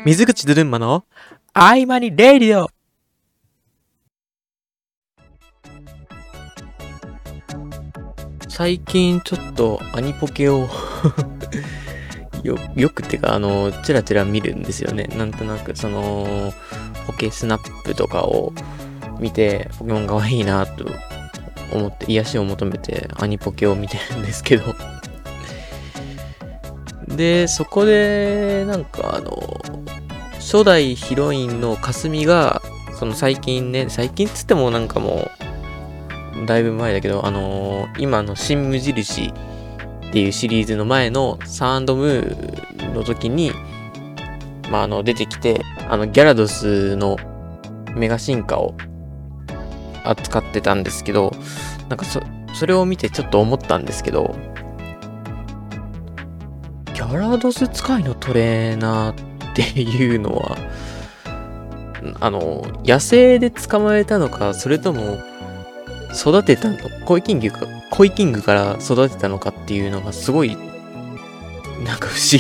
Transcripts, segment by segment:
水口ドゥルンマの合間にレイディオ。最近ちょっとアニポケをよくってかチラチラ見るんですよね。なんとなくそのポケスナップとかを見てポケモン可愛いなと思って癒しを求めてアニポケを見てるんですけどでそこでなんか初代ヒロインのかすみがその最近っつってもなんかもうだいぶ前だけど今の新無印っていうシリーズの前のサンドムーの時に出てきてギャラドスのメガ進化を扱ってたんですけど、なんかそれを見てちょっと思ったんですけど、ギャラドス使いのトレーナーっていうのは野生で捕まえたのか、それとも育てたの、コイキングから育てたのかっていうのがすごいなんか不思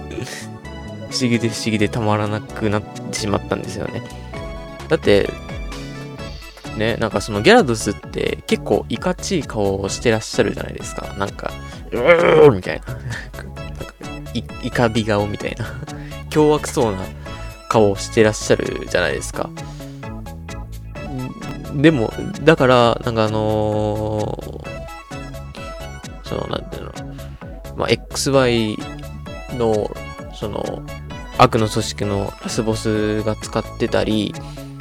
議でたまらなくなってしまったんですよね。だってね、なんかそのギャラドスって結構いかちい顔をしてらっしゃるじゃないですか。なんかみたいなイカビ顔みたいな凶悪そうな顔をしてらっしゃるじゃないですか。でもだからなんかそのなんていうの、XY のその悪の組織のラスボスが使ってたり、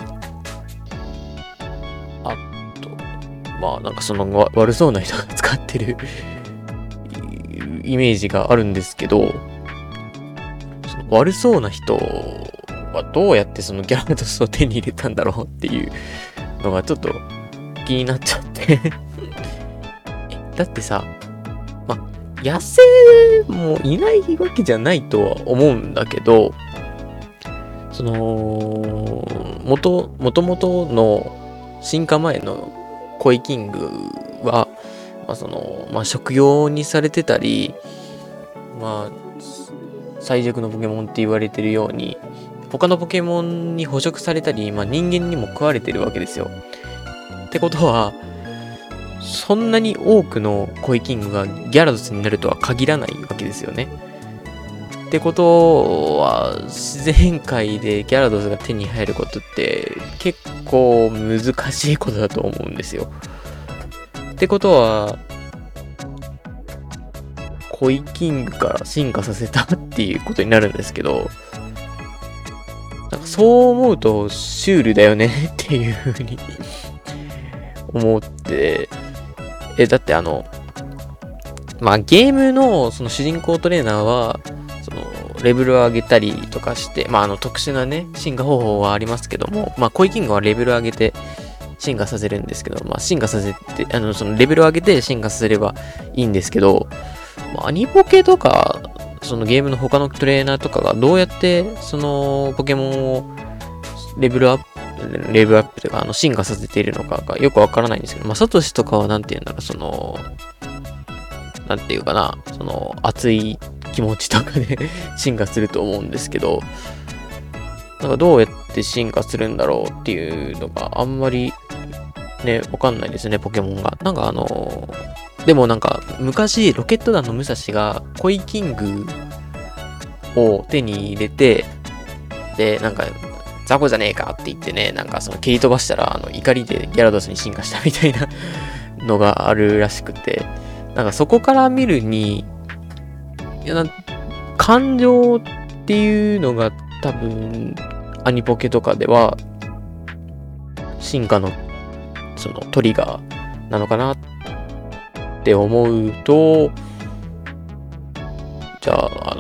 あとなんかその悪そうな人が使ってるイメージがあるんですけど、その悪そうな人はどうやってそのギャラドスを手に入れたんだろうっていうのがちょっと気になっちゃってだってさ、野生もいないわけじゃないとは思うんだけど、その元々の進化前のコイキングは、食用にされてたり、最弱のポケモンって言われてるように他のポケモンに捕食されたり、人間にも食われてるわけですよ。ってことはそんなに多くのコイキングがギャラドスになるとは限らないわけですよね。ってことは自然界でギャラドスが手に入ることって結構難しいことだと思うんですよ。ってことはコイキングから進化させたっていうことになるんですけど、なんかそう思うとシュールだよねっていう風に思って、だってゲームのその主人公トレーナーはそのレベルを上げたりとかして、特殊なね進化方法はありますけども、コイキングはレベル上げて進化させるんですけど、進化させてそのレベルを上げて進化させればいいんですけど、アニポケとかそのゲームの他のトレーナーとかがどうやってそのポケモンをレベルアップというか進化させているのかがよくわからないんですけど、サトシとかはなんていうんだろう、そのなんていうかな、その熱い気持ちとかで進化すると思うんですけど、なんかどうやって進化するんだろうっていうのがあんまりねわかんないですね、ポケモンが。なんかでもなんか昔ロケット団の武蔵がコイキングを手に入れて、でなんか雑魚じゃねえかって言ってね、なんかその蹴り飛ばしたら怒りでギャラドスに進化したみたいなのがあるらしくて、なんかそこから見るに感情っていうのが多分アニポケとかでは進化のそのトリガーなのかなって思うと、じゃあ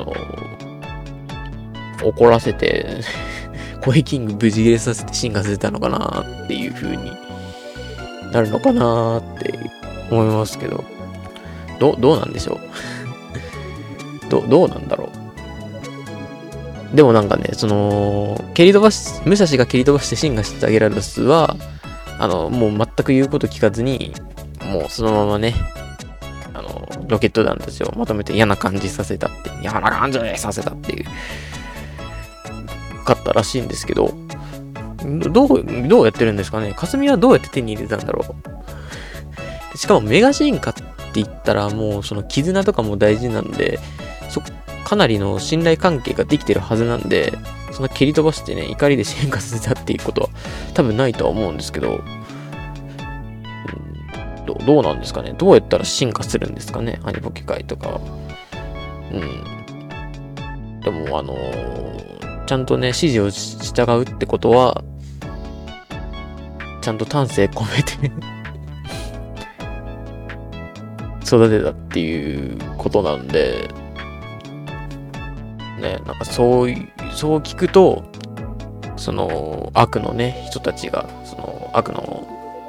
怒らせてコイキング無事入れさせて進化させたのかなっていう風になるのかなって思いますけど、どうなんでしょうどうなんだろう。でもなんかね、その武蔵が蹴り飛ばして進化してたギャラドスはもう全く言うこと聞かずに、もうそのままねロケット団たちをまとめて嫌な感じさせたっていうかったらしいんですけど、どうやってるんですかね。かすみはどうやって手に入れたんだろう。しかもメガ進化って言ったらもうその絆とかも大事なんで、かなりの信頼関係ができてるはずなんで、そんな蹴り飛ばしてね、怒りで進化させたっていうことは多分ないとは思うんですけど、どうなんですかね。どうやったら進化するんですかね。アニポケ界とかは。でもちゃんとね、指示を従うってことは、ちゃんと丹精込めて育てたっていうことなんで、ね、なんかそう聞くと、その悪のね、人たちが、その悪の、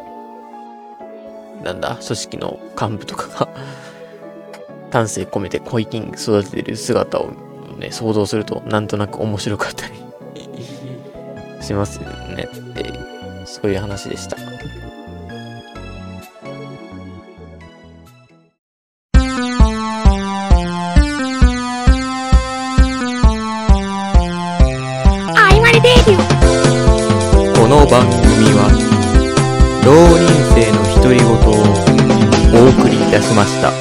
組織の幹部とかが、丹精込めてコイキング育ててる姿をね、想像すると、なんとなく面白かったりしますよねっていう、そういう話でした。この番組は浪人生の独り言をお送りいたしました。